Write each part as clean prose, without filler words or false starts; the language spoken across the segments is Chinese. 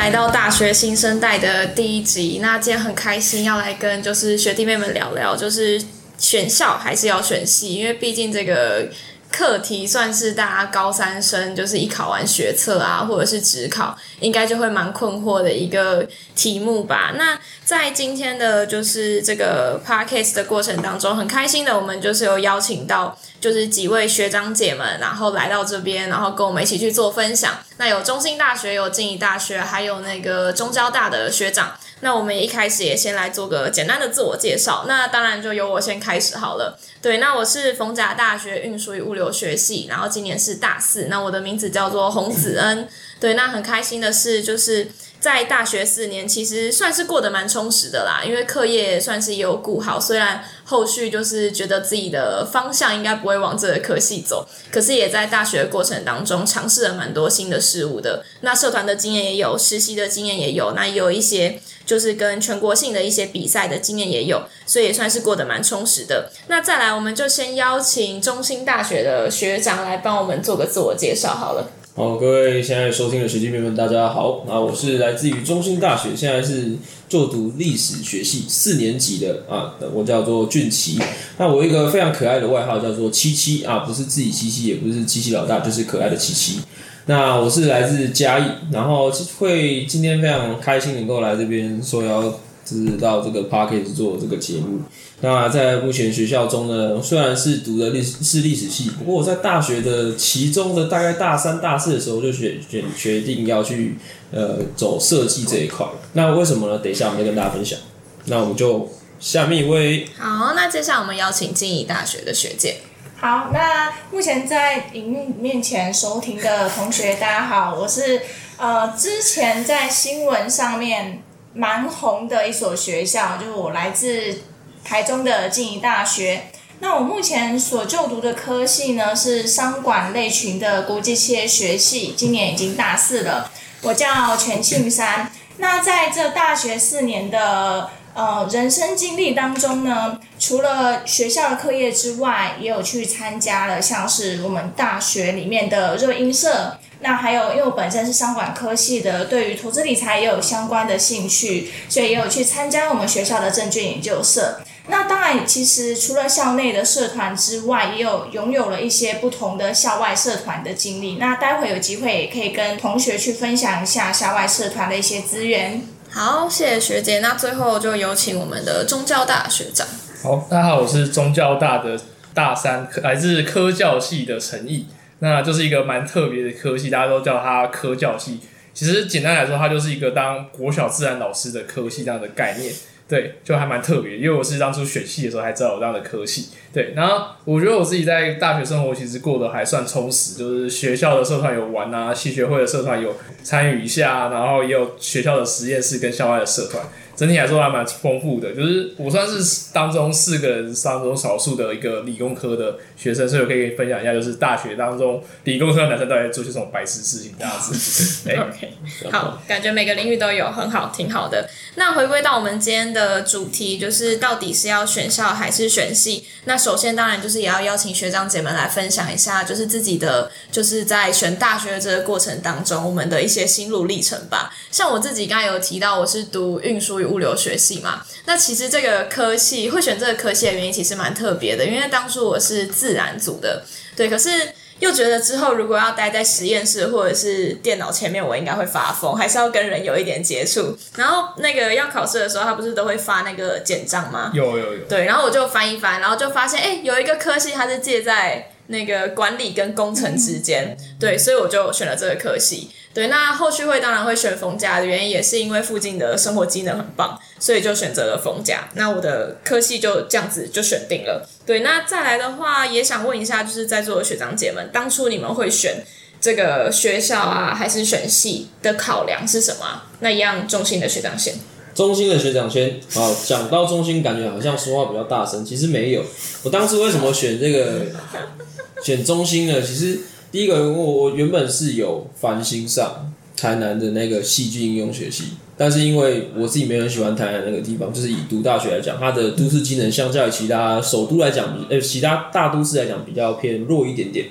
来到大学新生代的第一集。那今天很开心要来跟就是学弟妹们聊聊，就是选校还是要选系，因为毕竟这个课题算是大家高三生就是一考完学测啊，或者是指考，应该就会蛮困惑的一个题目吧。那在今天的就是这个 podcast 的过程当中，很开心的我们就是有邀请到就是几位学长姐们，然后来到这边，然后跟我们一起去做分享。那有中兴大学，有静宜大学，还有那个中交大的学长。那我们一开始也先来做个简单的自我介绍，那当然就由我先开始好了。对，那我是逢甲大学运输与物流学系，然后今年是大四，那我的名字叫做洪子恩。对，那很开心的是就是在大学4年其实算是过得蛮充实的啦，因为课业算是也有顾好，虽然后续就是觉得自己的方向应该不会往这个科系走，可是也在大学的过程当中尝试了蛮多新的事物的。那社团的经验也有，实习的经验也有，那也有一些就是跟全国性的一些比赛的经验也有，所以也算是过得蛮充实的。那再来我们就先邀请中兴大学的学长来帮我们做个自我介绍好了。 好，各位现在收听的学弟妹们，大家好。我是来自于中兴大学，现在是就读历史学系4年级的我叫做俊奇。那我有一个非常可爱的外号叫做七七不是自己七七，也不是七七老大，就是可爱的七七。那我是来自嘉义，然后会今天非常开心能够来这边说要就是到这个 podcast 做这个节目。那在目前学校中呢，虽然是读的历史系，不过我在大学的其中的大概大3、大4的时候就决定要去走设计这一块。那为什么呢？等一下我们再跟大家分享。那我们就下面一位。 好，那接下来我们邀请静宜大学的学姐。 好，那目前在荧幕面前收听的同学，大家好，我是之前在新闻上面蛮红的一所学校，就是我来自台中的静宜大学。那我目前所就读的科系呢是商管类群的国际企业学系，今年已经大4了。我叫全庆山。那在这大学4年的人生经历当中呢，除了学校的课业之外，也有去参加了像是我们大学里面的热音社。那还有因为我本身是商管科系的，对于投资理财也有相关的兴趣，所以也有去参加我们学校的证券研究社。那当然其实除了校内的社团之外，也有拥有了一些不同的校外社团的经历。那待会有机会也可以跟同学去分享一下校外社团的一些资源。 好，谢谢学姐。那最后就有请我们的中教大学长。 好，大家好，我是中教大的大3，来自科教系的陈毅。那就是一个蛮特别的科系，大家都叫它科教系。其实简单来说，它就是一个当国小自然老师的科系这样的概念。对，就还蛮特别，因为我是当初选系的时候才知道有这样的科系。对，然后我觉得我自己在大学生活其实过得还算充实，就是学校的社团有玩啊，系学会的社团有参与一下，然后也有学校的实验室跟校外的社团。整体来说还蛮丰富的，就是我算是当中4个人当中少数的一个理工科的学生，所以我可以分享一下，就是大学当中理工科的男生到底在做些什么白痴事情这样子。 OK， 好，感觉每个领域都有，很好，挺好的。那回归到我们今天的主题，就是到底是要选校还是选系？那首先当然就是也要邀请学长姐们来分享一下，就是自己的就是在选大学的这个过程当中，我们的一些心路历程吧。像我自己刚才有提到，我是读运输与物流学系嘛，那其实这个科系会选这个科系的原因其实蛮特别的，因为当初我是自然组的，对，可是又觉得之后如果要待在实验室或者是电脑前面，我应该会发疯，还是要跟人有一点接触。然后那个要考试的时候，他不是都会发那个简章吗？ 有。 对，然后我就翻一翻，然后就发现，有一个科系它是介在那个管理跟工程之间，对，所以我就选了这个科系。对，那后续当然会选逢甲的原因，也是因为附近的生活机能很棒，所以就选择了逢甲。那我的科系就这样子就选定了。对，那再来的话，也想问一下，就是在座的学长姐们，当初你们会选这个学校还是选系的考量是什么？那一样中兴的学长先。 中兴的学长先，讲到中兴，感觉好像说话比较大声，其实没有。我当初为什么选选中兴呢？其实第一个，我原本是有繁星上台南的那个戏剧应用学系，但是因为我自己没有很喜欢台南那个地方，就是以读大学来讲，它的都市机能相较于其他首都来讲，其他大都市来讲比较偏弱一点点。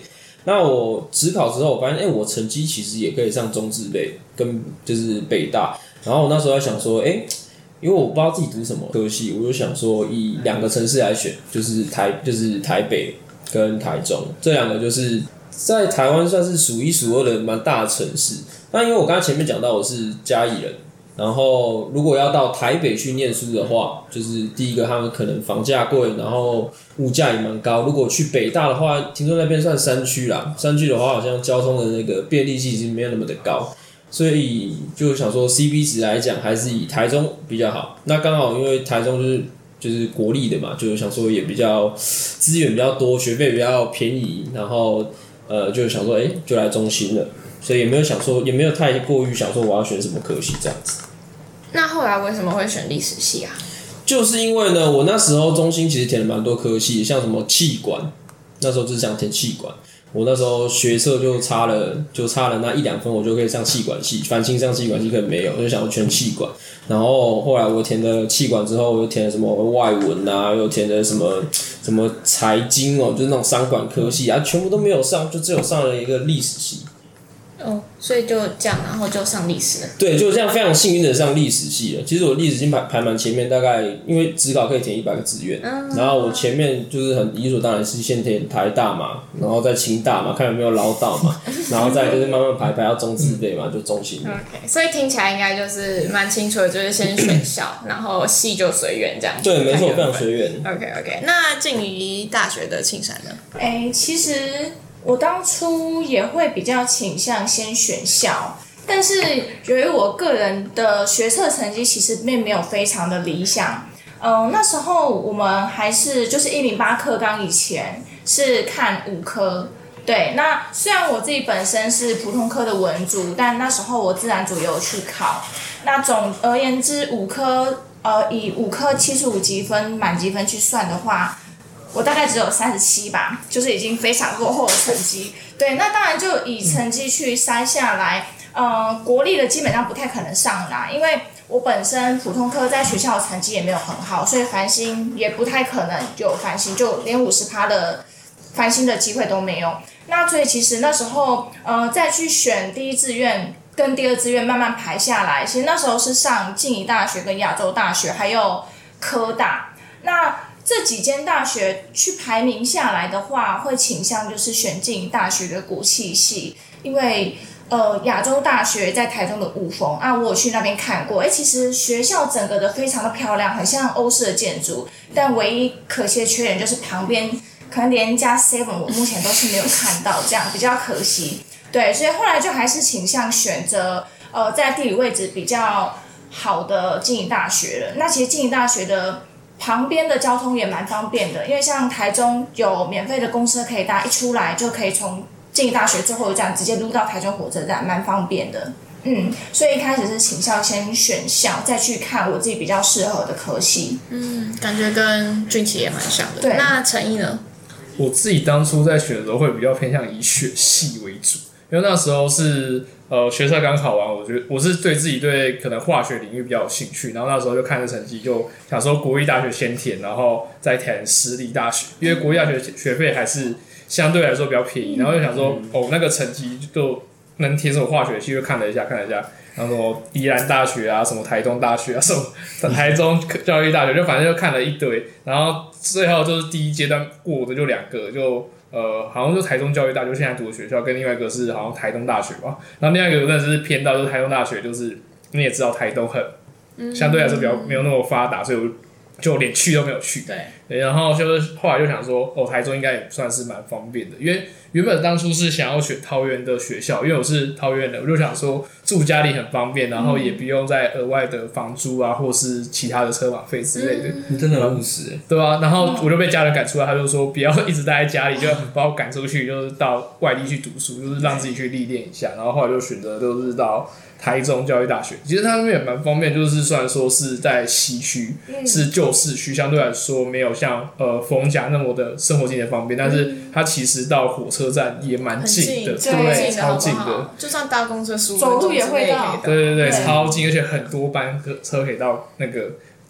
那我指考之后，我发现我成绩其实也可以上中字辈跟就是北大。然后我那时候在想说，因为我不知道自己读什么科系，我就想说以2个城市来选，就是台北跟台中这2个就是在台湾算是数一数2的蛮大的城市。那因为我刚才前面讲到我是嘉义人，然后如果要到台北去念书的话，就是第一个他们可能房价贵，然后物价也蛮高。如果去北大的话，听说那边算山区啦，山区的话好像交通的那个便利性已经没有那么的高。所以就想说 CP 值来讲，还是以台中比较好。那刚好因为台中就是国立的嘛，就想说也比较资源比较多，学费比较便宜，然后就想说就来中心了。所以也没有想说，也没有太过于想说我要选什么科系这样子。 那后来为什么会选历史系啊？ 就是因为呢，我那时候中心其实填了蛮多科系，像什么企管，那时候就是想填企管。我那时候学测就差了那1-2分，我就可以上企管系，繁星上企管系可能没有，我就想要全企管。然后后来我填了企管之后，我又填了什么外文啊，又填了什么财经就是那种商管科系啊，全部都没有上，就只有上了一个历史系。 所以就这样，然后就上历史了。 对，就这样非常幸运的上历史系了。其实我历史系排蛮前面，大概因为指考可以填100个志愿，然后我前面就是很理所当然是先填台大嘛，然后再清大嘛，看有没有捞到嘛，然后再就是慢慢排到中字辈嘛，就中心。 OK， 所以听起来应该就是蛮清楚的，就是先选校，然后系就随缘这样。 对，没错，非常随缘。 OK， 那静宜大学的庆山呢？ 其实我当初也会比较倾向先选校，但是由于我个人的学测成绩其实并没有非常的理想。那时候我们还是就是108课纲以前是看5科。对，那虽然我自己本身是普通科的文组，但那时候我自然组也有去考。那总而言之，5科以5科75积分满积分去算的话，我大概只有37吧，就是已经非常落后的成绩。对，那当然就以成绩去筛下来，国立的基本上不太可能上啦，因为我本身普通科在学校的成绩也没有很好，所以繁星也不太可能有繁星，就连50%的繁星的机会都没有。那所以其实那时候再去选第1志愿跟第2志愿慢慢排下来，其实那时候是上静宜大学跟亚洲大学还有科大。那这几间大学去排名下来的话，会倾向就是选静宜大学的国企系，因为亚洲大学在台中的雾峰啊，我有去那边看过，其实学校整个的非常的漂亮，很像欧式的建筑，但唯一可惜的缺点就是旁边可能连一家 Seven 我目前都是没有看到，这样比较可惜。对，所以后来就还是倾向选择在地理位置比较好的静宜大学了。那其实静宜大学的旁边的交通也蛮方便的，因为像台中有免费的公车可以搭，一出来就可以从静宜大学最后一站直接撸到台中火车站，蛮方便的。所以一开始是倾向先选校，再去看我自己比较适合的科系。 感觉跟俊奇也蛮像的。 对， 那陈毅呢？ 我自己当初在选的时候会比较偏向以选系为主，因为那时候是学测刚考完，我觉得我是对自己对可能化学领域比较有兴趣，然后那时候就看着成绩，就想说国立大学先填，然后再填私立大学，因为国立大学学费还是相对来说比较便宜，然后就想说那个成绩就能填什么化学系，就看了一下，然后什么宜兰大学啊，什么台东大学啊，什么台中教育大学，就反正就看了一堆，然后最后就是第一阶段过的就2个，就好像就台中教育大学现在读的学校，跟另外一个是好像台东大学吧，然后另外一个真的是偏到就是台东大学，就是你也知道台东很相对来说比较没有那么发达，所以我就连去都没有去。对，然后就是后来就想说，台中应该也算是蛮方便的，因为原本当初是想要选桃园的学校，因为我是桃园人，我就想说住家里很方便，然后也不用再额外的房租啊，或是其他的车马费之类的。 你真的很务实， 对啊，然后我就被家人赶出来，他就说不要一直待在家里，就把我赶出去，就是到外地去读书，就是让自己去历练一下。然后后来就选择就是到台中教育大学，其实它那边也蛮方便，就是虽然说是在西区，是旧市区，相对来说没有像逢甲那么的生活经济方便，但是它其实到火车站也蛮近的，对，超近的， 就算搭公车15分钟走路也会到， 对，超近，而且很多班车可以到那个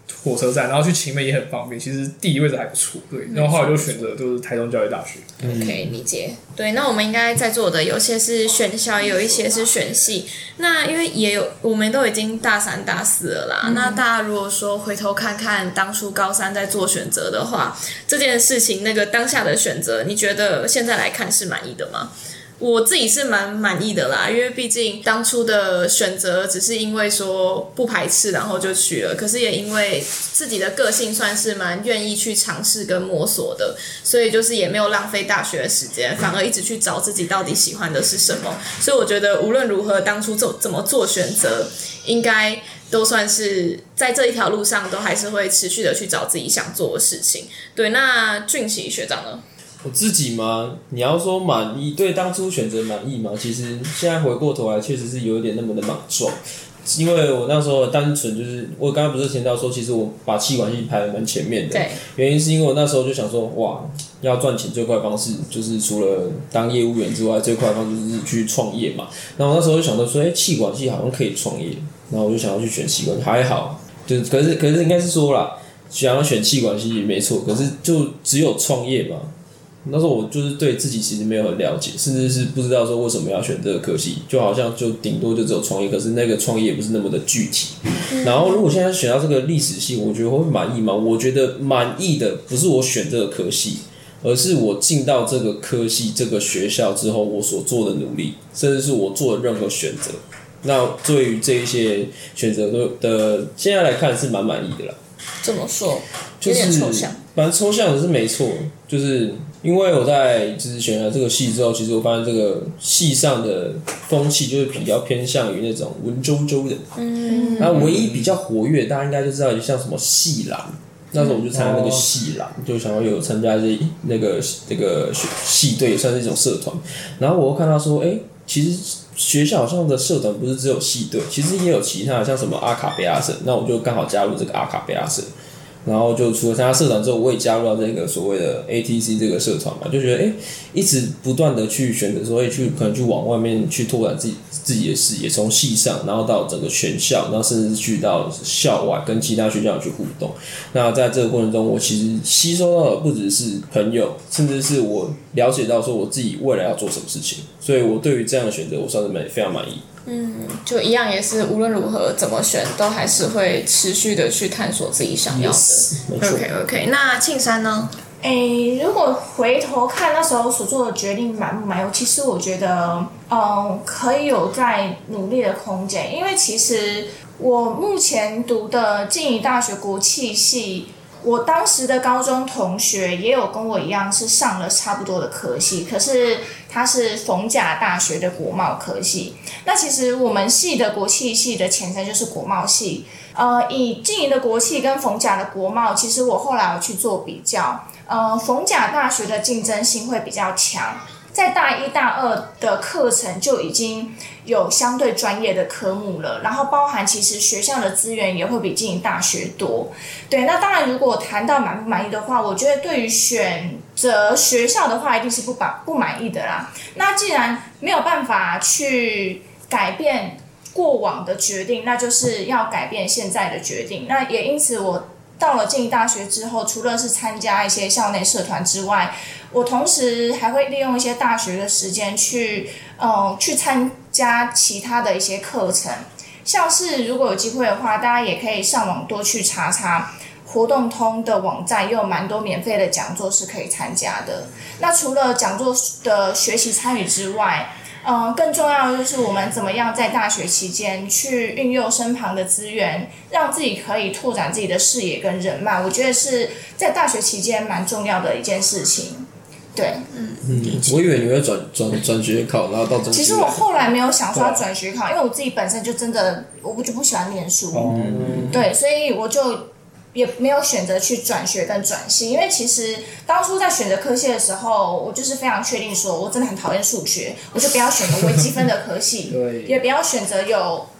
火车站，然后去勤美也很方便，其实地理位置还不错，对。然后后来就选择就是台中教育大学。 OK， 理解。对，那我们应该在座的有些是选校，也有一些是选系。那因为也有我们都已经大3、大4了啦。那大家如果说回头看看当初高3在做选择的话，这件事情那个当下的选择，你觉得现在来看是满意的吗？我自己是蛮满意的啦，因为毕竟当初的选择只是因为说不排斥，然后就去了。可是也因为自己的个性算是蛮愿意去尝试跟摸索的，所以就是也没有浪费大学的时间，反而一直去找自己到底喜欢的是什么。所以我觉得无论如何，当初怎么做选择，应该都算是在这一条路上都还是会持续的去找自己想做的事情。对，那俊奇学长呢？ 我自己嘛，你要说满意，对当初选择满意嘛，其实现在回过头来，确实是有一点那么的莽撞。因为我那时候单纯就是我刚刚不是提到说，其实我把企管系排得蛮前面的， 对， 原因是因为我那时候就想说，哇，要赚钱最快的方式就是除了当业务员之外，最快的方式就是去创业嘛。然后我那时候就想到说，企管系好像可以创业，然后我就想要去选企管系，还好，就可是应该是说啦，想要选企管系也没错，可是就只有创业嘛。那时候我就是对自己其实没有很了解，甚至是不知道说为什么要选这个科系，就好像就顶多就只有创业，可是那个创业也不是那么的具体。然后如果现在选到这个历史系，我觉得我会满意吗？我觉得满意的不是我选这个科系，而是我进到这个科系这个学校之后，我所做的努力，甚至是我做的任何选择。那对于这一些选择的现在来看是蛮满意的啦。 怎么说？有就是点抽象。 蛮抽象的是没错，就是因为我在就是选了这个系之后，其实我发现这个系上的风气就是比较偏向于那种文绉绉的。然后唯一比较活跃，大家应该就知道像什么系篮。那时候我就参加那个系篮，就想要有参加那个系队，也算是一种社团。然后我又看到说，其实学校好像的社团不是只有系队，其实也有其他的，像什么阿卡贝拉社。那我就刚好加入这个阿卡贝拉社。然后就除了参加社团之后，我也加入到这个所谓的 ATC 这个社团嘛，就觉得一直不断的去选择说，可能去往外面去拓展自己的视野，从系上，然后到整个全校，然后甚至去到校外跟其他学校去互动。那在这个过程中，我其实吸收到的不只是朋友，甚至是我了解到说我自己未来要做什么事情，所以我对于这样的选择，我算是非常满意。 就一样也是无论如何怎么选，都还是会持续的去探索自己想要的。OK， 那庆山呢？ 如果回头看那时候所做的决定满不满意，其实我觉得，可以有在努力的空间，因为其实我目前读的静宜大学国企系。我当时的高中同学也有跟我一样是上了差不多的科系，可是他是逢甲大学的国贸科系。那其实我们系的国企系的前身就是国贸系。以静宜的国企跟逢甲的国贸，其实我后来有去做比较，逢甲大学的竞争性会比较强。在大一、大二的课程就已经有相对专业的科目了，然后包含其实学校的资源也会比静宜大学多。对，那当然如果谈到满不满意的话，我觉得对于选择学校的话，一定是不满意的啦。那既然没有办法去改变过往的决定，那就是要改变现在的决定。那也因此我到了静宜大学之后，除了是参加一些校内社团之外，我同时还会利用一些大学的时间去参加其他的一些课程，像是如果有机会的话，大家也可以上网多去查查活动通的网站，也有蛮多免费的讲座是可以参加的。那除了讲座的学习参与之外，更重要的就是我们怎么样在大学期间去运用身旁的资源，让自己可以拓展自己的视野跟人脉，我觉得是在大学期间蛮重要的一件事情。对， 我以为你会转学考，然后到中其实我后来没有想说要转学考，因为我自己本身就真的我就不喜欢念书，对，所以我就也没有选择去转学跟转系，因为其实当初在选择科系的时候，我就是非常确定说我真的很讨厌数学，我就不要选择微积分的科系，也不要选择有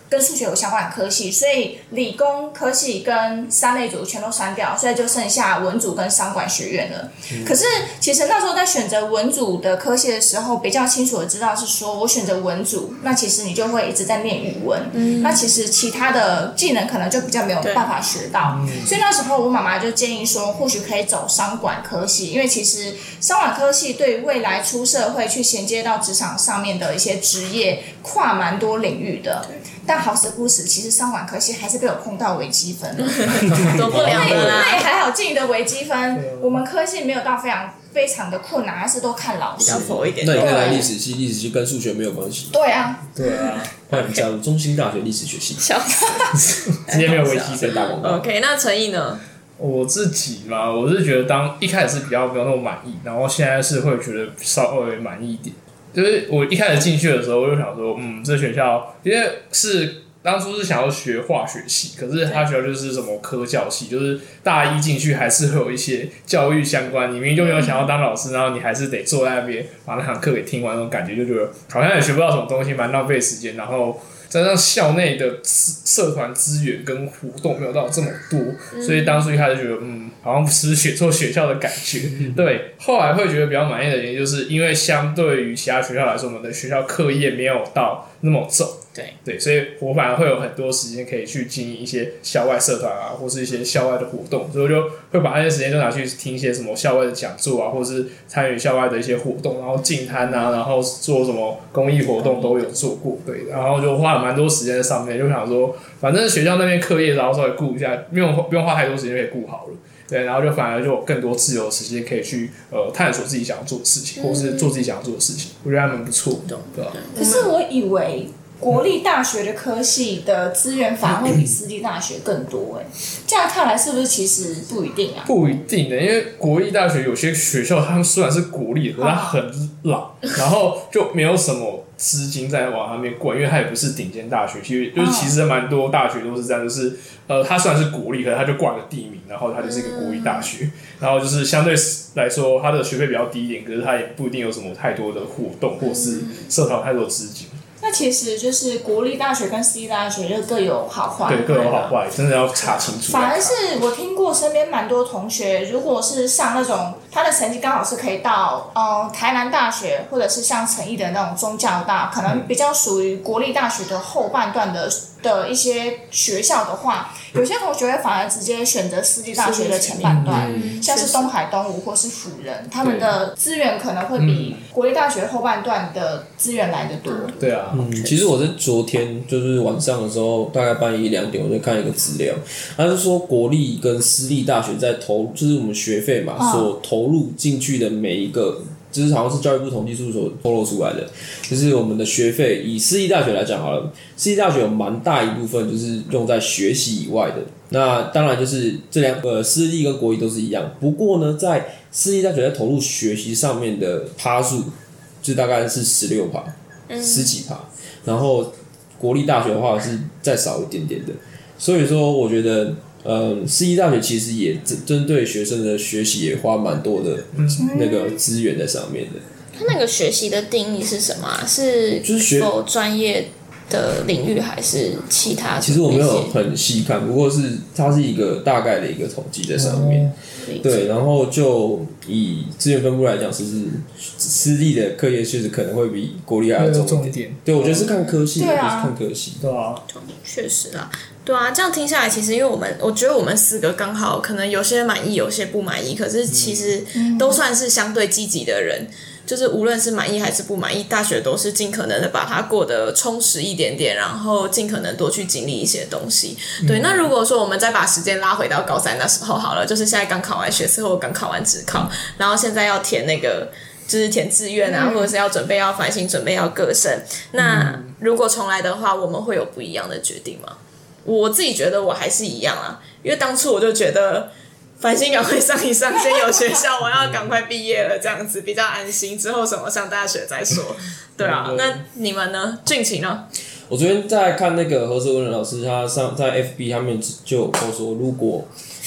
跟数学有相关的科系，所以理工科系跟3类组全都删掉，所以就剩下文组跟商管学院了。可是其实那时候在选择文组的科系的时候，比较清楚的知道是说我选择文组，那其实你就会一直在念语文，那其实其他的技能可能就比较没有办法学到。所以那时候我妈妈就建议说，或许可以走商管科系，因为其实商管科系对于未来出社会去衔接到职场上面的一些职业，跨蛮多领域的。但好死不死，其实商管科系还是被我碰到微积分了， 躲不了的啦。 那还好，进的微积分，我们科系没有到非常的困难，还是都看老师。 比较佛一点。 那你看来历史系，历史系跟数学没有关系。 对啊， 欢迎加入中兴大学历史学系， 笑死， 直接没有微积分大广告。 OK， 那陈毅呢？ 我自己嘛，我是觉得一开始是比较没有那么满意，然后现在是会觉得稍微满意一点。就是我一开始进去的时候，我就想说，这学校因为是当初是想要学化学系，可是他学校就是什么科教系，就是大一进去还是会有一些教育相关，你明明就没有想要当老师，然后你还是得坐在那边把那堂课给听完，那种感觉就觉得好像也学不到什么东西，蛮浪费时间，然后加上校内的社团资源跟活动没有到这么多，所以当初一开始觉得好像是选错学校的感觉。对，后来会觉得比较满意的原因，就是因为相对于其他学校来说，我们的学校课业没有到那么重。对，所以我反而会有很多时间可以去经营一些校外社团啊，或是一些校外的活动，所以我就会把那些时间都拿去听一些什么校外的讲座啊，或是参与校外的一些活动，然后进摊啊，然后做什么公益活动都有做过，对，然后就花了蛮多时间在上面，就想说，反正学校那边课业然后稍微顾一下，不用花太多时间就可以顾好了。对，然后就反而就有更多自由的时间可以去探索自己想要做的事情，或是做自己想要做的事情，我觉得还蛮不错的，对吧？ 可是我以为国立大学的科系的资源反而会比私立大学更多这样看来是不是其实不一定啊？ 不一定的，因为国立大学有些学校他们虽然是国立，可是它很老，然后就没有什么资金在往那边灌，因为它也不是顶尖大学，其实蛮多大学都是这样，就是它虽然是国立，可是它就挂个地名，然后它就是一个国立大学，然后就是相对来说它的学费比较低一点，可是它也不一定有什么太多的活动或是社团太多的资金。 那其实就是国立大学跟私立大学就各有好坏， 对，各有好坏，真的要查清楚。 反而是我听过身边蛮多同学，如果是上那种他的成绩刚好是可以到台南大学，或者是像诚毅的那种宗教大，可能比较属于国立大学的后半段的一些学校的话，有些同学会反而直接选择私立大学的前半段，像是东海、东吴或是辅仁，他们的资源可能会比国立大学后半段的资源来得多。 对啊， 其实我是昨天就是晚上的时候，大概半夜1-2点，我就看一个资料，他是说国立跟私立大学在就是我们学费嘛，所投入进去的每一个。就是好像是教育部统计处所透露出来的，就是我们的学费，以私立大学来讲好了，私立大学有蛮大一部分就是用在学习以外的。那当然就是这两个私立跟国立都是一样，不过呢，在私立大学在投入学习上面的趴数，就大概是16%，十几%，然后国立大学的话是再少一点点的。所以说，我觉得。私立大学其实也针对学生的学习也花蛮多的那个资源在上面的。 他那个学习的定义是什么啊？是否专业的领域还是其他？ 其实我没有很细看，不过它是一个大概的一个统计在上面。对，然后就以资源分布来讲，是私立的课业确实可能会比国立还要重一点。对，我觉得是看科系，不是看科系。 对啊， 确实啦。对啊，这样听下来，其实因为我觉得我们4个刚好可能有些满意，有些不满意，可是其实都算是相对积极的人。就是无论是满意还是不满意，大学都是尽可能的把它过得充实一点点，然后尽可能多去经历一些东西。对，那如果说我们再把时间拉回到高3那时候好了，就是现在刚考完学测或刚考完指考，然后现在要填那个就是填志愿啊，或者是要准备要繁星，准备要各生。那如果重来的话，我们会有不一样的决定吗？我自己觉得我还是一样啊，因为当初我就觉得繁星赶快上一上，先有学校，我要赶快毕业了，这样子比较安心。之后什么上大学再说。对啊，那你们呢？俊晴呢？ 我昨天在看那个何泽文老师，他在 FB 上面就有说，如果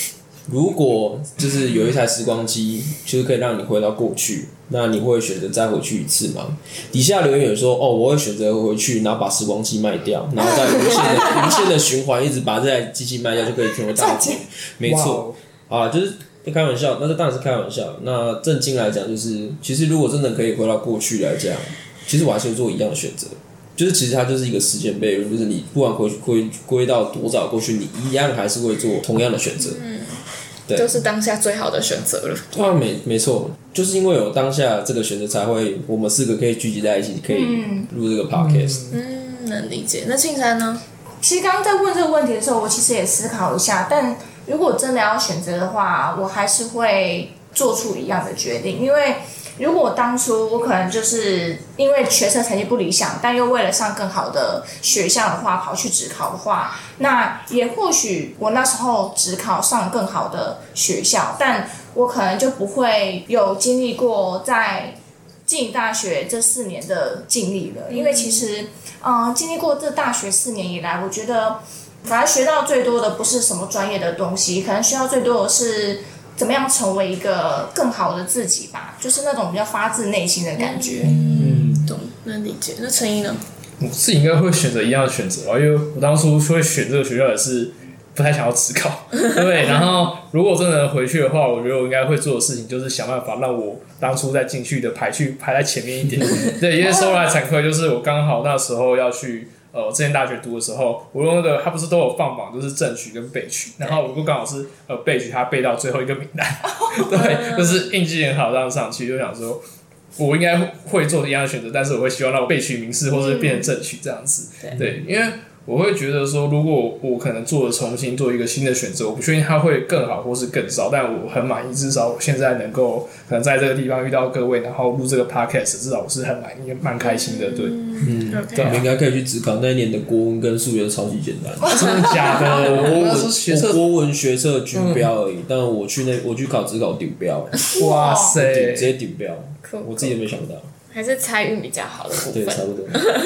如果就是有一台时光机，就是可以让你回到过去，那你会选择再回去一次吗？底下留言有说，我会选择回去，然后把时光机卖掉，然后再无限的循环，一直把这台机器卖掉，就可以成为大钱。没错，就是开玩笑，那这当然是开玩笑。那正经来讲，就是其实如果真的可以回到过去来讲，其实我还是会做一样的选择。就是其实它就是一个时间悖论，就是你不管归到多早过去，你一样还是会做同样的选择。对， 就是当下最好的选择了。 没错，就是因为有当下这个选择，才会我们4个可以聚集在一起，可以录这个 podcast。 能理解。那庆山呢？ 其实刚刚在问这个问题的时候，我其实也思考一下，但如果真的要选择的话，我还是会做出一样的决定，因为如果当初我可能就是因为学测成绩不理想，但又为了上更好的学校的话，跑去指考的话，那也或许我那时候指考上更好的学校，但我可能就不会有经历过在进大学这4年的经历了。因为其实经历过这大学4年以来，我觉得反而学到最多的不是什么专业的东西，可能学到最多的是怎么样成为一个更好的自己吧，就是那种比较发自内心的感觉。 懂，能理解。那陈怡呢？ 我自己应该会选择一样的选择吧，因为我当初会选这个学校也是不太想要指考，对。然后如果真的回去的话，我觉得我应该会做的事情就是想办法让我当初在进去的排在前面一点。对，因为说来惭愧，就是我刚好那时候要去之前大学读的时候，我用那个他不是都有放榜，就是正取跟备取，然后我就刚好是备取，他备到最后一个名单，对，就是运气很好这样上去，就想说我应该会做一样的选择，但是我会希望让我备取名次或是变成正取这样子，对，因为我会觉得说，如果我可能重新做一个新的选择，我不确定它会更好或是更糟，但我很满意，至少我现在能够可能在这个地方遇到各位，然后录这个 podcast， 至少我是很满意、蛮开心的。对， 对，你应该可以去指考那一年的国文跟数学超级简单， 真的假的？ 我国文学测均标而已，但我去考指考顶标， 哇塞， 直接顶标，我自己也没想到。 还是猜运比较好的部分， 对，差不多。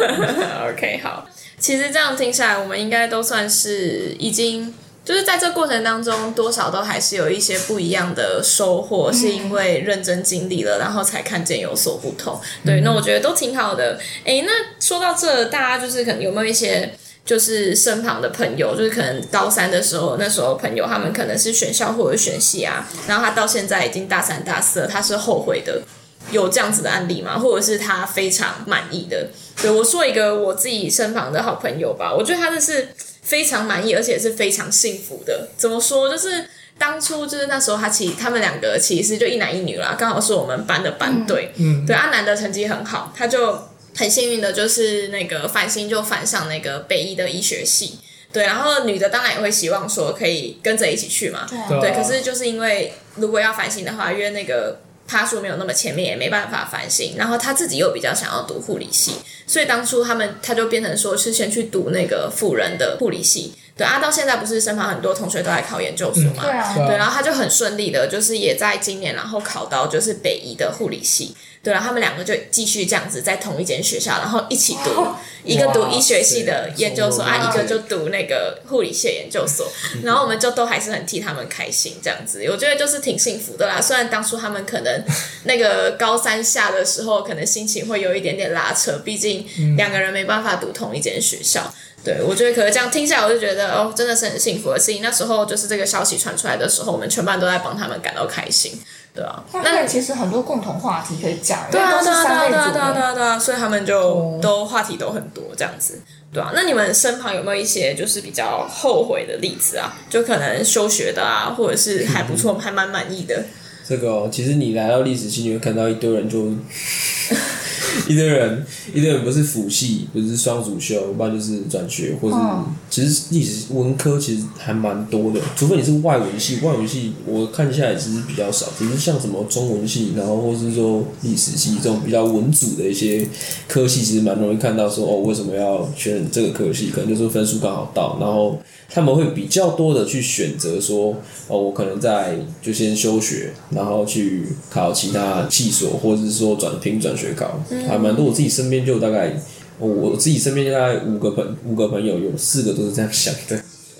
OK， 好。其实这样听下来，我们应该都算是已经，就是在这过程当中，多少都还是有一些不一样的收获，是因为认真经历了，然后才看见有所不同。对，那我觉得都挺好的。那说到这，大家就是可能有没有一些就是身旁的朋友，就是可能高3的时候，那时候朋友他们可能是选校或者选系啊，然后他到现在已经大3大4了，他是后悔的。有这样子的案例吗？或者是他非常满意的？对，我说一个我自己身旁的好朋友吧，我觉得他是非常满意，而且是非常幸福的。怎么说？就是当初就是那时候他们2个其实就一男一女啦，刚好是我们班的班队。对，男的成绩很好，他就很幸运的就是那个繁星就返上那个北医的医学系。对，然后女的当然也会希望说可以跟着一起去嘛。对，可是就是因为如果要繁星的话，因为那个趴数没有那么前面，也没办法繁星，然后他自己又比较想要读护理系，所以当初他就变成说是先去读那个辅仁的护理系。对到现在不是身旁很多同学都在考研究所嘛，对，然后他就很顺利的，就是也在今年然后考到就是北医的护理系。对，然后他们2个就继续这样子在同一间学校，然后一起读，一个读医学系的研究所一个就读那个护理系研究所，然后我们就都还是很替他们开心这样子，我觉得就是挺幸福的啦。虽然当初他们可能那个高3下的时候，可能心情会有一点点拉扯，毕竟2个人没办法读同一间学校。对，我觉得可能这样听下来，我就觉得真的是很幸福的事情。那时候就是这个消息传出来的时候，我们全班都在帮他们感到开心。对啊， 那其实很多共同话题可以讲， 对啊， 因为都是3类组的， 所以他们就都话题都很多这样子。对啊，那你们身旁有没有一些就是比较后悔的例子啊？就可能休学的啊，或者是还不错，还蛮满意的。 这个其实你来到历史系，你会看到一堆人就一堆人不是辅系，不是双主修，不然就是转学，或是其实历史文科其实还蛮多的，除非你是外文系，我看下来其实比较少，只是像什么中文系，然后或是说历史系这种比较文组的一些科系，其实蛮容易看到说为什么要选这个科系，可能就是分数刚好到，然后他们会比较多的去选择说我可能就先休学，然后去考其他系所，或者是说转学考，还蛮多。我自己身边就大概，我自己身边就大概5个朋友，有4个都是这样想的。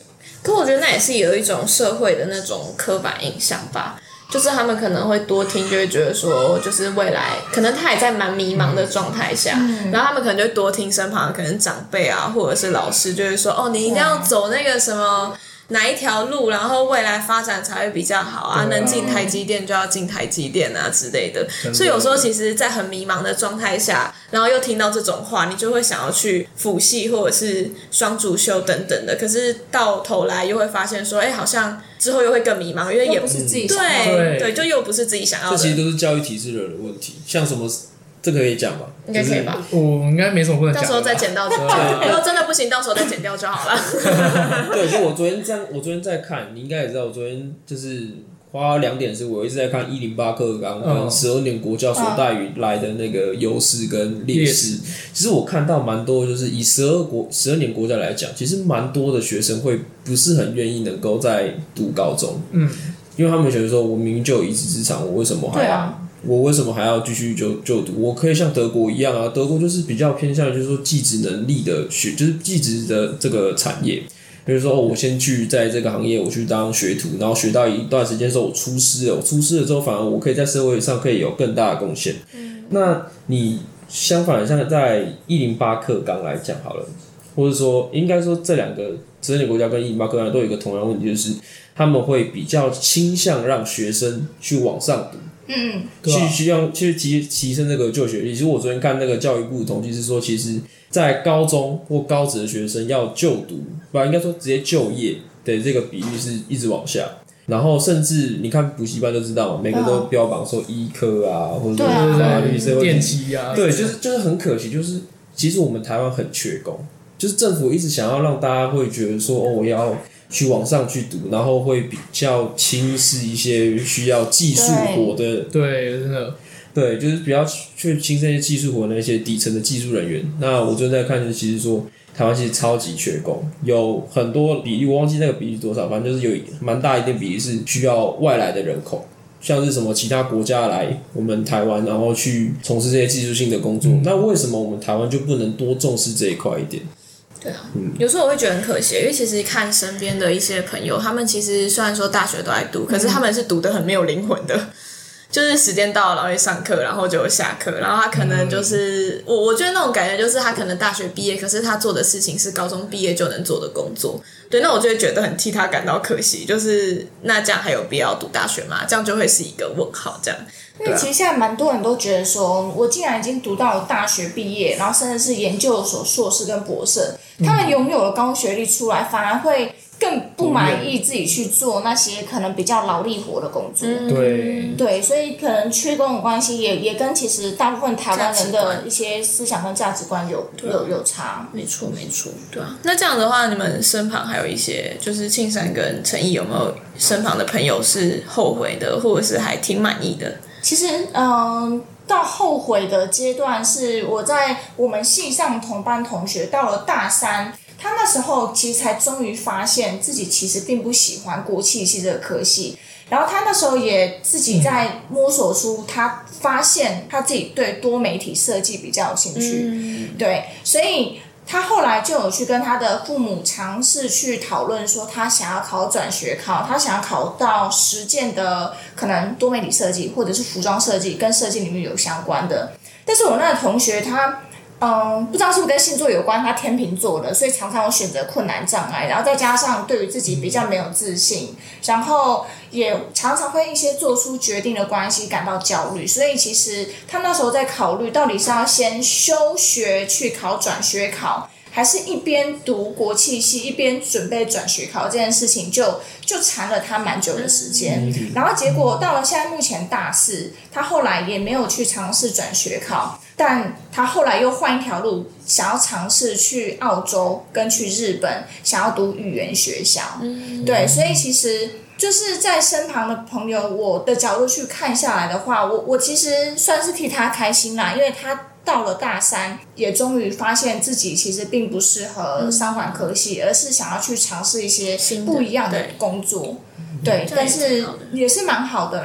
可我觉得那也是有一种社会的那种刻板印象吧，就是他们可能会多听，就会觉得说，就是未来可能他也在蛮迷茫的状态下，然后他们可能就会多听身旁的可能长辈啊，或者是老师，就会说，哦，你一定要走那个什么哪一条路，然后未来发展才会比较好啊，能进台积电就要进台积电啊之类的。所以有时候其实在很迷茫的状态下，然后又听到这种话，你就会想要去辅系或者是双主修等等的，可是到头来又会发现说，好像之后又会更迷茫，因为也不是自己想要的， 对，就又不是自己想要的。 这其实都是教育体制的问题，像什么这个可以讲吧？ 应该可以吧？ 我应该没什么不能讲的吧， 到时候再剪掉就好。如果真的不行，到时候再剪掉就好了。 对，就我昨天在看，你应该也知道，我昨天就是花2点时，我一直在看108课纲跟12年国教所带来的那个优势跟劣势。其实我看到蛮多，就是以12年国教来讲，其实蛮多的学生会不是很愿意能够再读高中，因为他们觉得说，我明明就有一技之长，我为什么还要继续就读？我可以像德国一样啊，德国就是比较偏向就是说技职能力的就是技职的这个产业。比如说，我先去在这个行业我去当学徒，然后学到一段时间之后我出师了之后，反而我可以在社会上可以有更大的贡献。那你相反的，像在108课纲来讲好了，或者说应该说这两个12年国家跟108课纲都有一个同样问题，就是他们会比较倾向让学生去往上读。去提升这个就学率。其实我昨天看那个教育部的统计是说，其实在高中或高职的学生要就读，不然应该说直接就业的这个比率是一直往下。然后甚至你看补习班就知道嘛，每个都标榜说医科啊，或者说法律、社会电机啊， 对，就是很可惜，就是其实我们台湾很缺工，就是政府一直想要让大家会觉得说，我要去往上去读，然后会比较轻视一些需要技术活的， 对，真的， 对，就是比较去轻视一些技术活的那些底层的技术人员。那我最近在看，就是其实说台湾其实超级缺工，有很多比例，我忘记那个比例多少，反正就是有蛮大一定比例是需要外来的人口，像是什么其他国家来我们台湾，然后去从事这些技术性的工作。那为什么我们台湾就不能多重视这一块一点？ 对啊，有时候我会觉得很可惜，因为其实看身边的一些朋友，他们其实虽然说大学都在读，可是他们是读得很没有灵魂的。就是时间到了，然后去上课，然后就下课，然后他可能就是我觉得那种感觉就是他可能大学毕业，可是他做的事情是高中毕业就能做的工作。对，那我就会觉得很替他感到可惜，就是那这样还有必要读大学吗？这样就会是一个问号这样。 因为其实现在蛮多人都觉得说，我既然已经读到了大学毕业，然后甚至是研究所、硕士跟博士，他们拥有了高学历出来，反而会更不满意自己去做那些可能比较劳力活的工作。对，所以可能缺工的关系也跟其实大部分台湾人的一些思想跟价值观有差。 没错，对啊。那这样的话，你们身旁还有一些就是庆山跟陈毅有没有身旁的朋友是后悔的，或者是还挺满意的？ 其实，到后悔的阶段是我在我们系上同班同学到了大三，他那时候其实才终于发现自己其实并不喜欢国企系这个科系，然后他那时候也自己在摸索出他发现他自己对多媒体设计比较有兴趣，对，所以他后来就有去跟他的父母尝试去讨论说他想要考转学考，他想要考到实践的可能多媒体设计或者是服装设计跟设计领域有相关的。但是我那个同学他不知道是不是跟星座有关，他天秤座的，所以常常有选择困难障碍，然后再加上对于自己比较没有自信，然后也常常会一些做出决定的关系感到焦虑，所以其实他那时候在考虑到底是要先休学去考转学考，还是一边读国企系一边准备转学考，这件事情就缠了他蛮久的时间。然后结果到了现在目前大四，他后来也没有去尝试转学考，但他后来又换一条路，想要尝试去澳洲跟去日本，想要读语言学校。对，所以其实就是在身旁的朋友，我的角度去看下来的话，我其实算是替他开心啦，因为他到了大三，也终于发现自己其实并不适合商管科系，而是想要去尝试一些不一样的工作。对，但是也是蛮好的啦。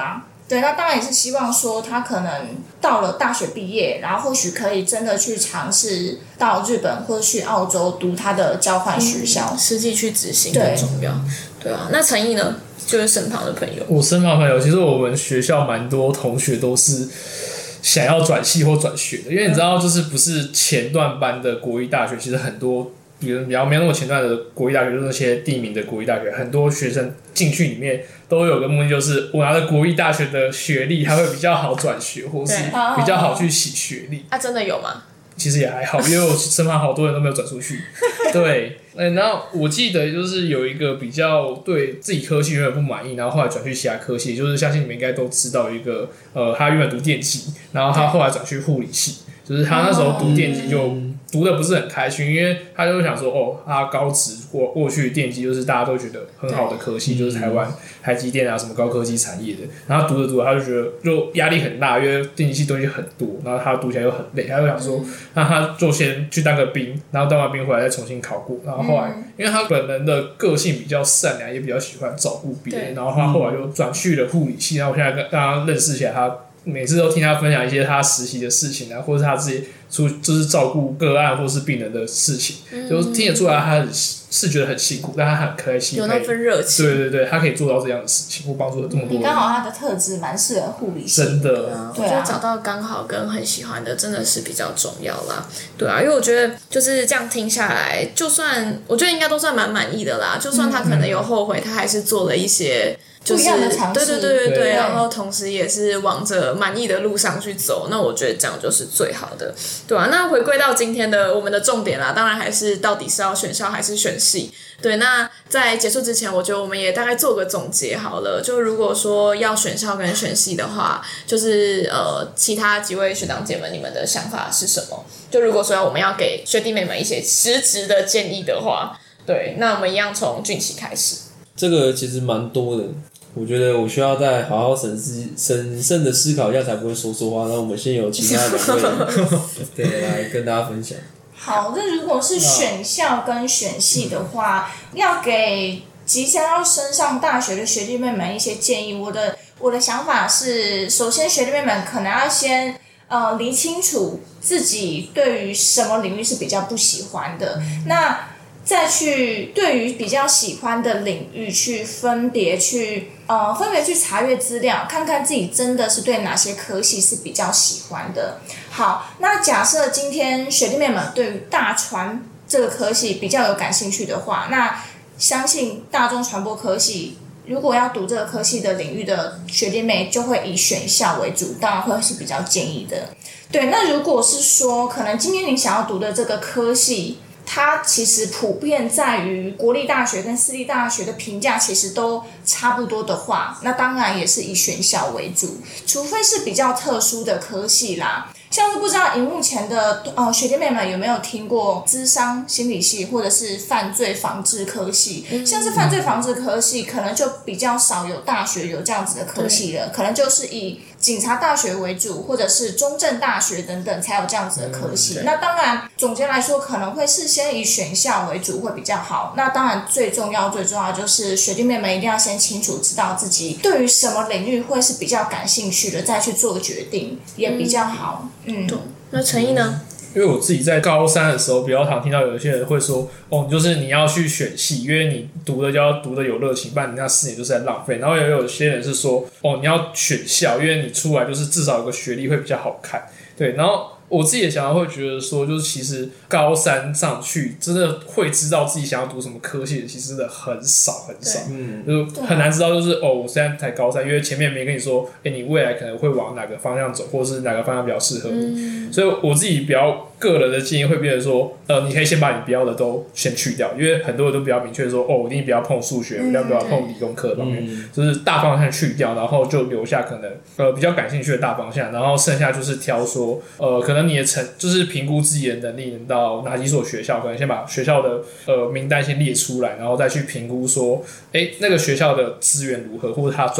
对，那当然也是希望说他可能到了大学毕业，然后或许可以真的去尝试到日本或者去澳洲读他的交换学校， 实际去执行很重要。对啊，那陈毅呢？就是身旁的朋友， 我身旁朋友，其实我们学校蛮多同学都是想要转系或转学的，因为你知道，就是不是前段班的国立大学，其实很多，比如没有那么前段的国立大学，就是那些地名的国立大学，很多学生进去里面都有个目的，就是我拿着国立大学的学历，还会比较好转学，或是比较好去洗学历。 啊，真的有吗？ 其实也还好，因为我身旁好多人都没有转出去。对，然后我记得就是有一个比较对自己科系有点不满意，然后后来转去其他科系，就是相信你们应该都知道一个他原本读电机，然后他后来转去护理系，就是他那时候读电机就读的不是很开心，因为他就想说，他高职过去电机就是大家都觉得很好的科系，就是台湾台积电啊什么高科技产业的，然后读着读着他就觉得就压力很大，因为电机系东西很多，然后他读起来又很累，他就想说，那他就先去当个兵，然后当完兵回来再重新考过，然后后来因为他本人的个性比较善良，也比较喜欢照顾别人，然后他后来就转去了护理系，然后我现在跟大家认识起来，他每次都听他分享一些他实习的事情啊，或是他自己就是照顾个案或是病人的事情，就是听得出来他是觉得很辛苦，但他很开心， 有那份热情。 对对对，他可以做到这样的事情，或帮助了这么多人。 你刚好他的特质蛮适合护理系， 真的， 我觉得找到刚好跟很喜欢的真的是比较重要啦。对啊，因为我觉得就是这样听下来，就算我觉得应该都算蛮满意的啦。就算他可能有后悔，他还是做了一些。就是不一样的尝试， 对，然后同时也是往着满意的路上去走，那我觉得这样就是最好的，对啊，那回归到今天的我们的重点啦，当然还是到底是要选校还是选系。对，那在结束之前，我觉得我们也大概做个总结好了。就如果说要选校跟选系的话，就是其他几位学长姐们，你们的想法是什么？就如果说我们要给学弟妹们一些实质的建议的话，对，那我们一样从俊奇开始。 这个其实蛮多的，我觉得我需要再好好审慎的思考一下，才不会说错话。那我们先有其他两位对来跟大家分享。 好，那如果是选校跟选系的话，要给即将要升上大学的学弟妹们一些建议。我的想法是，首先学弟妹们可能要先理清楚自己对于什么领域是比较不喜欢的，那再去对于比较喜欢的领域去分别去查阅资料，看看自己真的是对哪些科系是比较喜欢的。好，那假设今天学弟妹们对于大传这个科系比较有感兴趣的话，那相信大众传播科系如果要读这个科系的领域的学弟妹就会以选校为主，当然会是比较建议的。对，那如果是说可能今天你想要读的这个科系，它其实普遍在于国立大学跟私立大学的评价其实都差不多的话，那当然也是以选校为主，除非是比较特殊的科系啦。像是不知道荧幕前的学弟妹们有没有听过諮商心理系或者是犯罪防治科系，像是犯罪防治科系可能就比较少有大学有这样子的科系了，可能就是以警察大学为主，或者是中正大学等等才有这样子的科系。那当然总结来说可能会是先以选校为主会比较好。那当然最重要就是学弟妹们一定要先清楚知道自己对于什么领域会是比较感兴趣的，再去做决定也比较好。 那陈毅呢？ 因为我自己在高三的时候比较常听到有一些人会说，就是你要去选系，因为你读的就要读的有热情，不然你那4年就是在浪费。然后也有些人是说，你要选校，因为你出来就是至少有个学历会比较好看。对，然后我自己的想法会觉得说，就是其实高三上去真的会知道自己想要读什么科系的，其实真的很少，就是很难知道。就是我现在才高三，因为前面没跟你说，你未来可能会往哪个方向走，或是哪个方向比较适合你。所以我自己比较个人的建议会变成说，你可以先把你不要的都先去掉，因为很多人都比较明确说，我一定不要碰数学，我一定不要碰理工科的方面，就是大方向去掉，然后就留下可能比较感兴趣的大方向，然后剩下就是挑说，可能你的就是评估自己的能力能到哪几所学校，可能先把学校的名单先列出来，然后再去评估说，那个学校的资源如何，或者它转系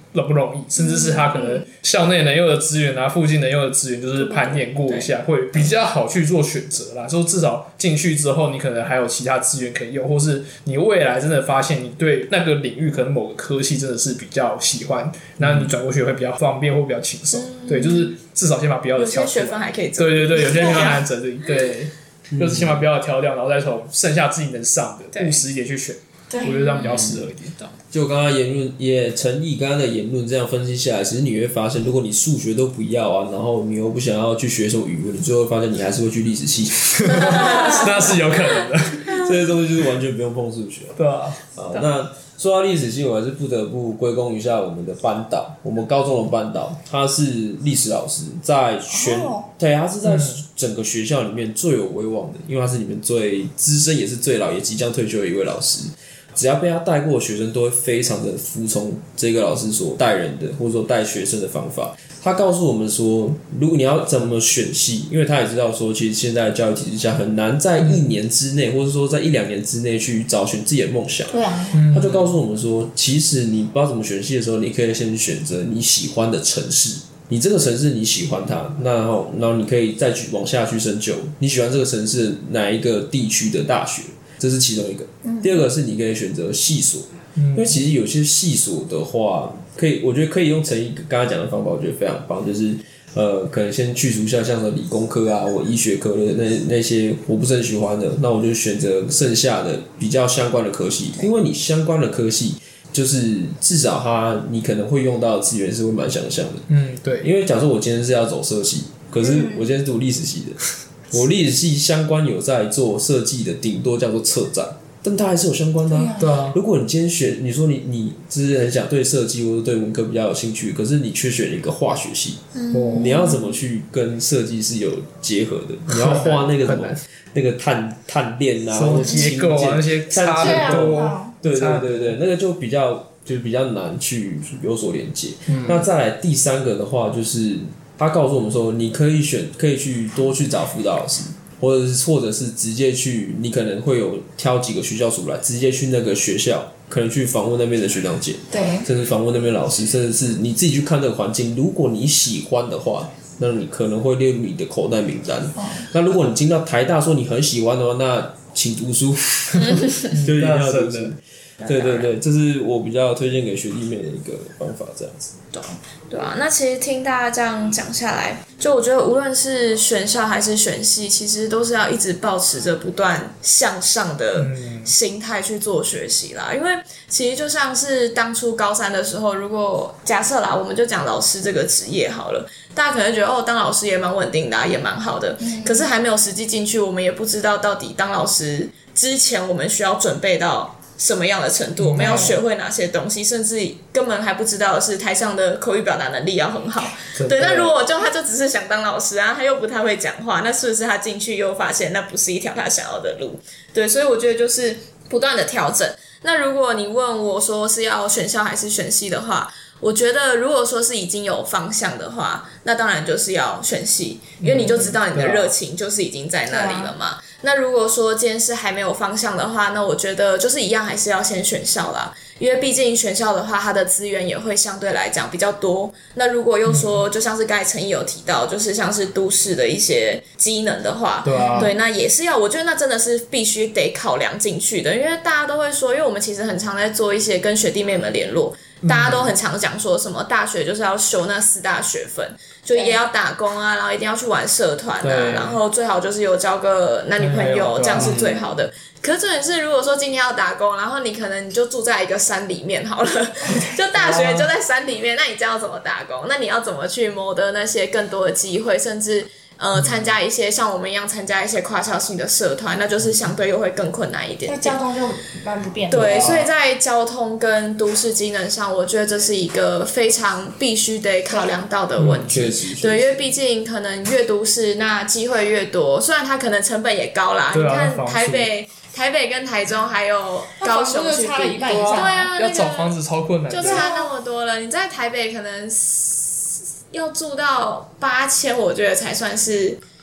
容不容易，甚至是他可能校内能用的资源啊，附近能用的资源，就是盘点过一下，会比较好去做选择啦。说至少进去之后，你可能还有其他资源可以用，或是你未来真的发现你对那个领域可能某个科系真的是比较喜欢，那你转过去会比较方便或比较轻松。对，就是至少先把不要的挑出来。 有些学分还可以整理。 对对对，有些学分还能整理。对，就是先把不要的挑掉，然后再从剩下自己能上的务实一点去选。我觉得这样比较适合一点。 就刚刚言论也诚意刚刚的言论这样分析下来，其实你会发现，如果你数学都不要啊，然后你又不想要去学什么语文，你最后发现你还是会去历史系。 那是有可能的。 这些东西就是完全不用碰数学。 对啊。 那说到历史系，我还是不得不归功一下我们的班导，我们高中的班导，他是历史老师，在对，他是在整个学校里面最有威望的，因为他是里面最资深也是最老也即将退休的一位老师。只要被他带过的学生都会非常的服从这个老师所带人的或者说带学生的方法。他告诉我们说，如果你要怎么选系，因为他也知道说，其实现在的教育体制下很难在1年之内，或者说在1-2年之内去找寻自己的梦想。 对啊， 他就告诉我们说，其实你不知道怎么选系的时候，你可以先选择你喜欢的城市。你这个城市你喜欢它，然后你可以再往下去深究，你喜欢这个城市哪一个地区的大学。这是其中一个。第二个是你可以选择系所，因为其实有些系所的话，我觉得可以用成一个刚才讲的方法，我觉得非常棒，就是可能先去除一下像理工科啊或医学科的那些我不是很喜欢的，那我就选择剩下的比较相关的科系，因为你相关的科系就是至少你可能会用到的资源是会蛮想象的。 对。 因为假设我今天是要走设计，可是我今天是读历史系的。我历史系相关有在做设计的，顶多叫做策展，但它还是有相关的对啊。 如果你今天你说你只是很想对设计或者对文科比较有兴趣，可是你却选了一个化学系，你要怎么去跟设计是有结合的？你要画那个什么那个碳链啊，或者结构啊那些差很多。 对，那个就比较难去有所连接。那再来第三个的话，就是他告诉我们说，你可以去多去找辅导老师，或者是直接去，你可能会有挑几个学校出来，直接去那个学校，可能去访问那边的学长姐， 对， 甚至访问那边的老师，甚至是你自己去看这个环境。如果你喜欢的话，那你可能会列入你的口袋名单。那如果你进到台大说你很喜欢的话，那请读书，就一定要读书。对，这是我比较推荐给学弟妹的一个方法，这样子。 对啊，那其实听大家这样讲下来，就我觉得无论是选校还是选系，其实都是要一直保持着不断向上的心态去做学习啦。因为其实就像是当初高3的时候，如果假设啦，我们就讲老师这个职业好了，大家可能觉得当老师也蛮稳定的啊，也蛮好的。可是还没有实际进去，我们也不知道到底当老师之前我们需要准备到什么样的程度，我们要学会哪些东西，甚至根本还不知道的是台上的口语表达能力要很好。对，那如果他就只是想当老师啊，他又不太会讲话，那是不是他进去又发现那不是一条他想要的路？对，所以我觉得就是不断的调整。那如果你问我说是要选校还是选系的话，我觉得如果说是已经有方向的话，那当然就是要选系，因为你就知道你的热情就是已经在那里了嘛。那如果说今天是还没有方向的话，那我觉得就是一样还是要先选校啦，因为毕竟选校的话它的资源也会相对来讲比较多。那如果又说就像是刚才陈毅有提到，就是像是都市的一些机能的话，对，那也是要，我觉得那真的是必须得考量进去的。因为大家都会说，因为我们其实很常在做一些跟学弟妹们联络，大家都很常讲说什么大学就是要修那4大学分，就也要打工啊，然后一定要去玩社团啊，然后最好就是有交个男女朋友，这样是最好的。可是重点是，如果说今天要打工，然后你可能你就住在一个山里面好了，就大学就在山里面，那你这样要怎么打工？那你要怎么去谋得那些更多的机会，甚至参加一些像我们一样参加一些跨校性的社团，那就是相对又会更困难一点点。 那交通就蛮不便的。 对，所以在交通跟都市机能上，我觉得这是一个非常必须得考量到的问题。对，因为毕竟可能越都市，那机会越多，虽然它可能成本也高啦。你看台北跟台中还有高雄去比，对啊， 要找房子超困难， 就差那么多了。你在台北可能要住到8000，我觉得才算是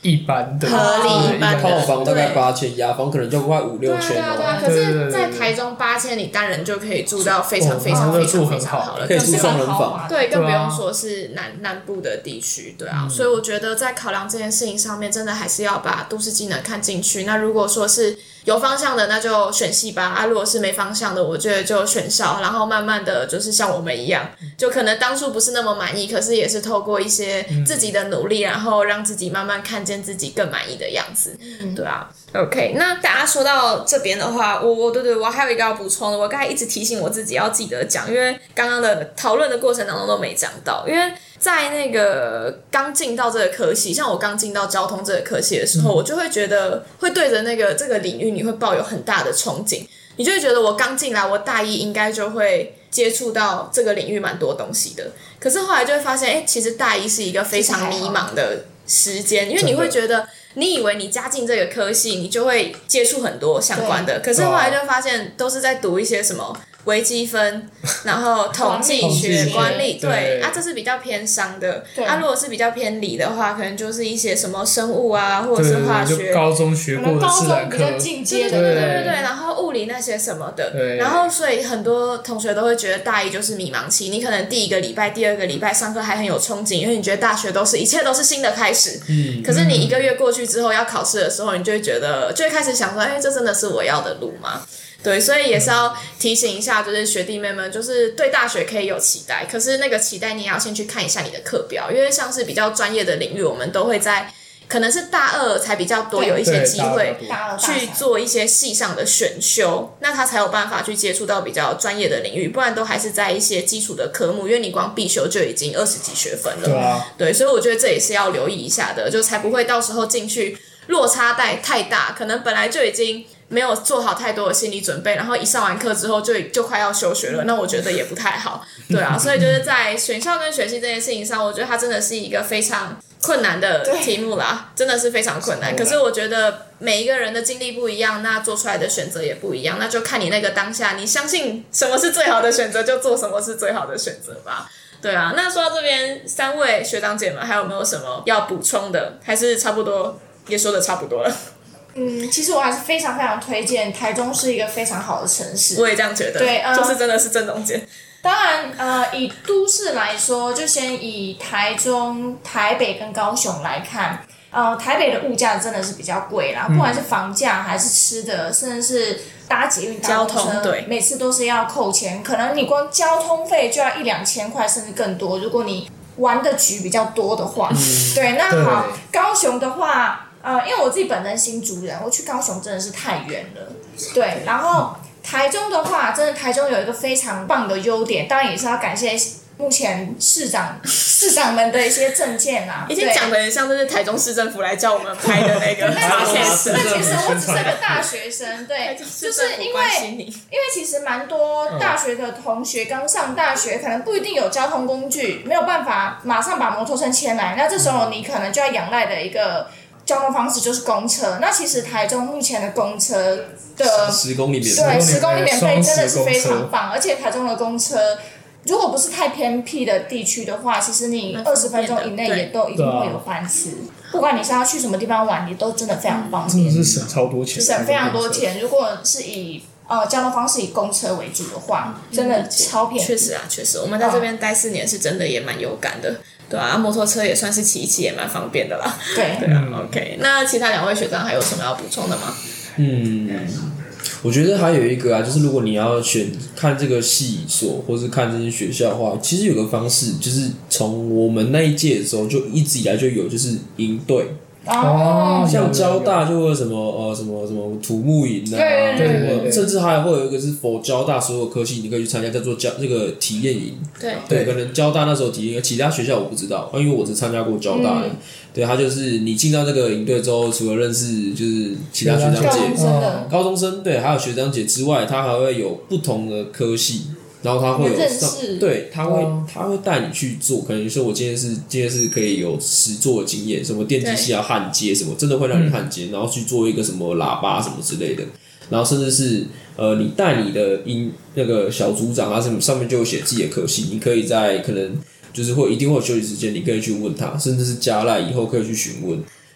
一般的合理一般的套房大概8000，雅房可能就快5、6千对啊。可是，在台中8000，你单人就可以住到非常非常非常非常好了， 可以住双人房。 对，更不用说是南部的地区，对啊。所以我觉得在考量这件事情上面，真的还是要把都市机能看进去。那如果说是有方向的，那就选系吧。啊，如果是没方向的，我觉得就选校，然后慢慢的就是像我们一样，就可能当初不是那么满意，可是也是透过一些自己的努力，然后让自己慢慢看见自己更满意的样子。对啊。OK， 那大家说到这边的话，我还有一个要补充的，我刚才一直提醒我自己要记得讲，因为刚刚的讨论的过程当中都没讲到，因为在那个刚进到这个科系，像我刚进到交通这个科系的时候，我就会觉得会对着这个领域你会抱有很大的憧憬，你就会觉得我刚进来，我大一应该就会接触到这个领域蛮多东西的。可是后来就会发现，其实大一是一个非常迷茫的时间，因为你会觉得你以为你加进这个科系，你就会接触很多相关的，可是后来就发现都是在读一些什么微积分，然后统计学、管理，对啊，这是比较偏商的。啊，如果是比较偏理的话，可能就是一些什么生物啊，或者是化学， 就高中学过的自然科， 比较进阶的，对，然后物理那些什么的，然后所以很多同学都会觉得大一就是迷茫期，你可能第一个礼拜、第二个礼拜上课还很有憧憬，因为你觉得大学一切都是新的开始。可是你1个月过去之后要考试的时候，你就会觉得，就会开始想说，这真的是我要的路吗？对，所以也是要提醒一下，就是学弟妹们，就是对大学可以有期待，可是那个期待你也要先去看一下你的课表，因为像是比较专业的领域，我们都会在可能是大二才比较多有一些机会去做一些系上的选修，那他才有办法去接触到比较专业的领域，不然都还是在一些基础的科目，因为你光必修就已经20几学分了。对，所以我觉得这也是要留意一下的，就才不会到时候进去落差太大，可能本来就已经没有做好太多的心理准备，然后一上完课之后就快要休学了，那我觉得也不太好。对啊，所以就是在选校跟选系这件事情上，我觉得它真的是一个非常困难的题目啦，真的是非常困难。可是我觉得每一个人的经历不一样，那做出来的选择也不一样，那就看你那个当下，你相信什么是最好的选择，就做什么是最好的选择吧。对啊，那说到这边，3位学长姐们还有没有什么要补充的？还是差不多也说的差不多了？ 其实我还是非常非常推荐台中是一个非常好的城市。 我也这样觉得，对，就是真的是正中间。 当然，以都市来说，就先以台中、台北跟高雄来看。台北的物价真的是比较贵啦，不管是房价还是吃的，甚至是搭捷运、搭公车，对，每次都是要扣钱，可能你光交通费就要1-2千块，甚至更多。如果你玩的局比较多的话，对，那好，高雄的话。因为我自己本身新竹人，我去高雄真的是太远了，对。然后台中的话，真的台中有一个非常棒的优点，当然也是要感谢目前市长们的一些政见啦。 已经讲得很像就是台中市政府来叫我们拍的那个那其实我只是个大学生，对，就是因为其实蛮多大学的同学刚上大学，可能不一定有交通工具，没有办法马上把摩托车牵来，那这时候你可能就要仰赖的一个交通方式就是公车。那其实台中目前的公车的 10公里免费， 对，10公里免费真的是非常棒。而且台中的公车，如果不是太偏僻的地区的话，其实你20分钟以内也都一定会有班次。不管你是要去什么地方玩，你都真的非常方便， 真的是省超多钱， 省非常多钱。如果是以交通方式以公车为主的话，真的超便宜。 确实啊，确实，我们在这边待4年是真的也蛮有感的。对啊，摩托车也算是骑一骑也蛮方便的啦。对啊，OK。那其他2位学长还有什么要补充的吗？ 我觉得还有一个啊，就是如果你要看这个系所或是看这些学校的话，其实有个方式，就是从我们那一届的时候就一直以来就有，就是营队。像交大就会有什么土木营啊，对，甚至还会有一个是否交大所有科系你可以去参加，叫做这个体验营。对，可能交大那时候体验，其他学校我不知道，因为我只参加过交大的。对，他就是你进到这个营队之后，除了认识就是其他学长姐、高中生，对，还有学长姐之外，他还会有不同的科系。然后他会有对，他会带你去做，可能说我今天是可以有实作的经验，什么电机系要焊接什么，真的会让你焊接，然后去做一个什么喇叭什么之类的，然后甚至是你带你的那个小组长，他上面就有写自己的科系，你可以在可能就是一定会有休息时间，你可以去问他，甚至是加赖以后可以去询问。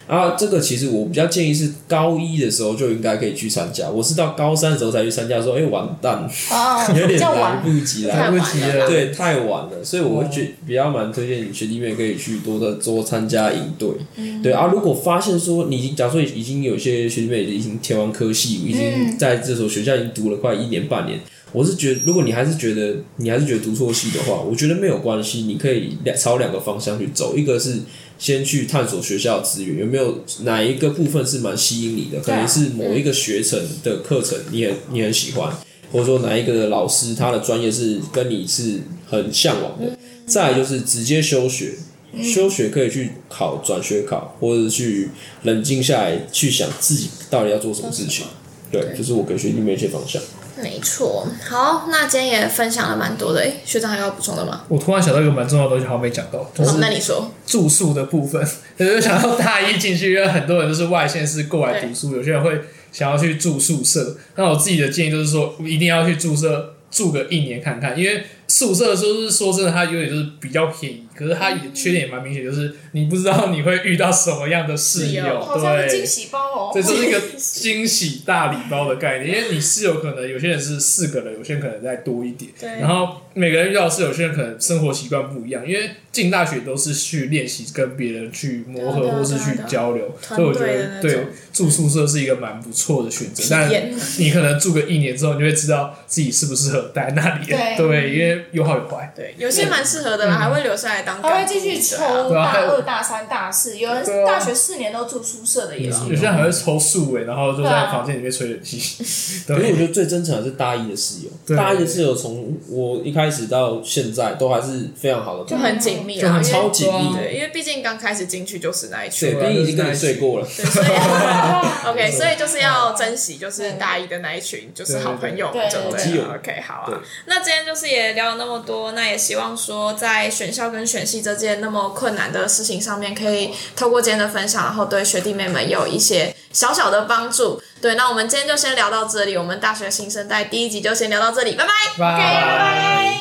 啊，这个其实我比较建议是高一的时候就应该可以去参加，我是到高3的时候才去参加，说完蛋，有点来不及了， 来不及了， 对，太晚了，所以我会比较蛮推荐学弟妹可以去多参加营队，对啊，如果发现说你假如说已经有些学弟妹已经填完科系，已经在这所学校已经读了快1年半年。我是觉得，如果你还是觉得读错系的话，我觉得没有关系，你可以朝2个方向去走。一个是先去探索学校的资源，有没有哪一个部分是蛮吸引你的，可能是某一个学程的课程你很喜欢，或者说哪一个老师他的专业是跟你是很向往的。再来就是直接休学。休学可以去考转学考，或者是去冷静下来去想自己到底要做什么事情。对，就是我给学弟妹一些方向。 没错，好，那今天也分享了蛮多的。学长还有要补充的吗？ 我突然想到一个蛮重要的东西，好像没讲到，就是那你说住宿的部分。就是想到大一进去，因为很多人都是外县市过来读书，有些人会想要去住宿舍。那我自己的建议就是说，一定要去住舍住个1年看看，因为宿舍就是说真的，它有点就是比较便宜，可是它缺点也蛮明显，就是你不知道你会遇到什么样的室友， 好像是惊喜包哦。 这就是一个惊喜大礼包的概念，因为你室友可能有些人是4个人，有些人可能再多一点，然后每个人遇到的室友，有些人可能生活习惯不一样，因为进大学都是去练习跟别人去磨合，或是去交流，所以我觉得对住宿舍是一个蛮不错的选择。但你可能住个1年之后，你就会知道自己适不适合待那里。对，因为有好有坏。 对，有些蛮适合的啦，还会留下来当干部， 还会继续抽大2、大3、大4，有人大学4年都住宿舍的也是。 有些人还会抽宿然后就在房间里面吹冷气。 可是我觉得最真诚的是大一的室友，大一的室友从我一开始到现在都还是非常好的， 就很紧密啊， 超紧密。 对，因为毕竟刚开始进去就是那一群， 对，毕竟已经跟你睡过了。 对，所以OK， 所以就是要珍惜，就是大一的那一群，就是好朋友，对 OK， 好啊。那今天就是也聊了那么多，那也希望说在选校跟选系这件那么困难的事情上面，可以透过今天的分享，然后对学弟妹们有一些小小的帮助。对，那我们今天就先聊到这里，我们大学新生代第1集就先聊到这里，拜拜， 拜拜。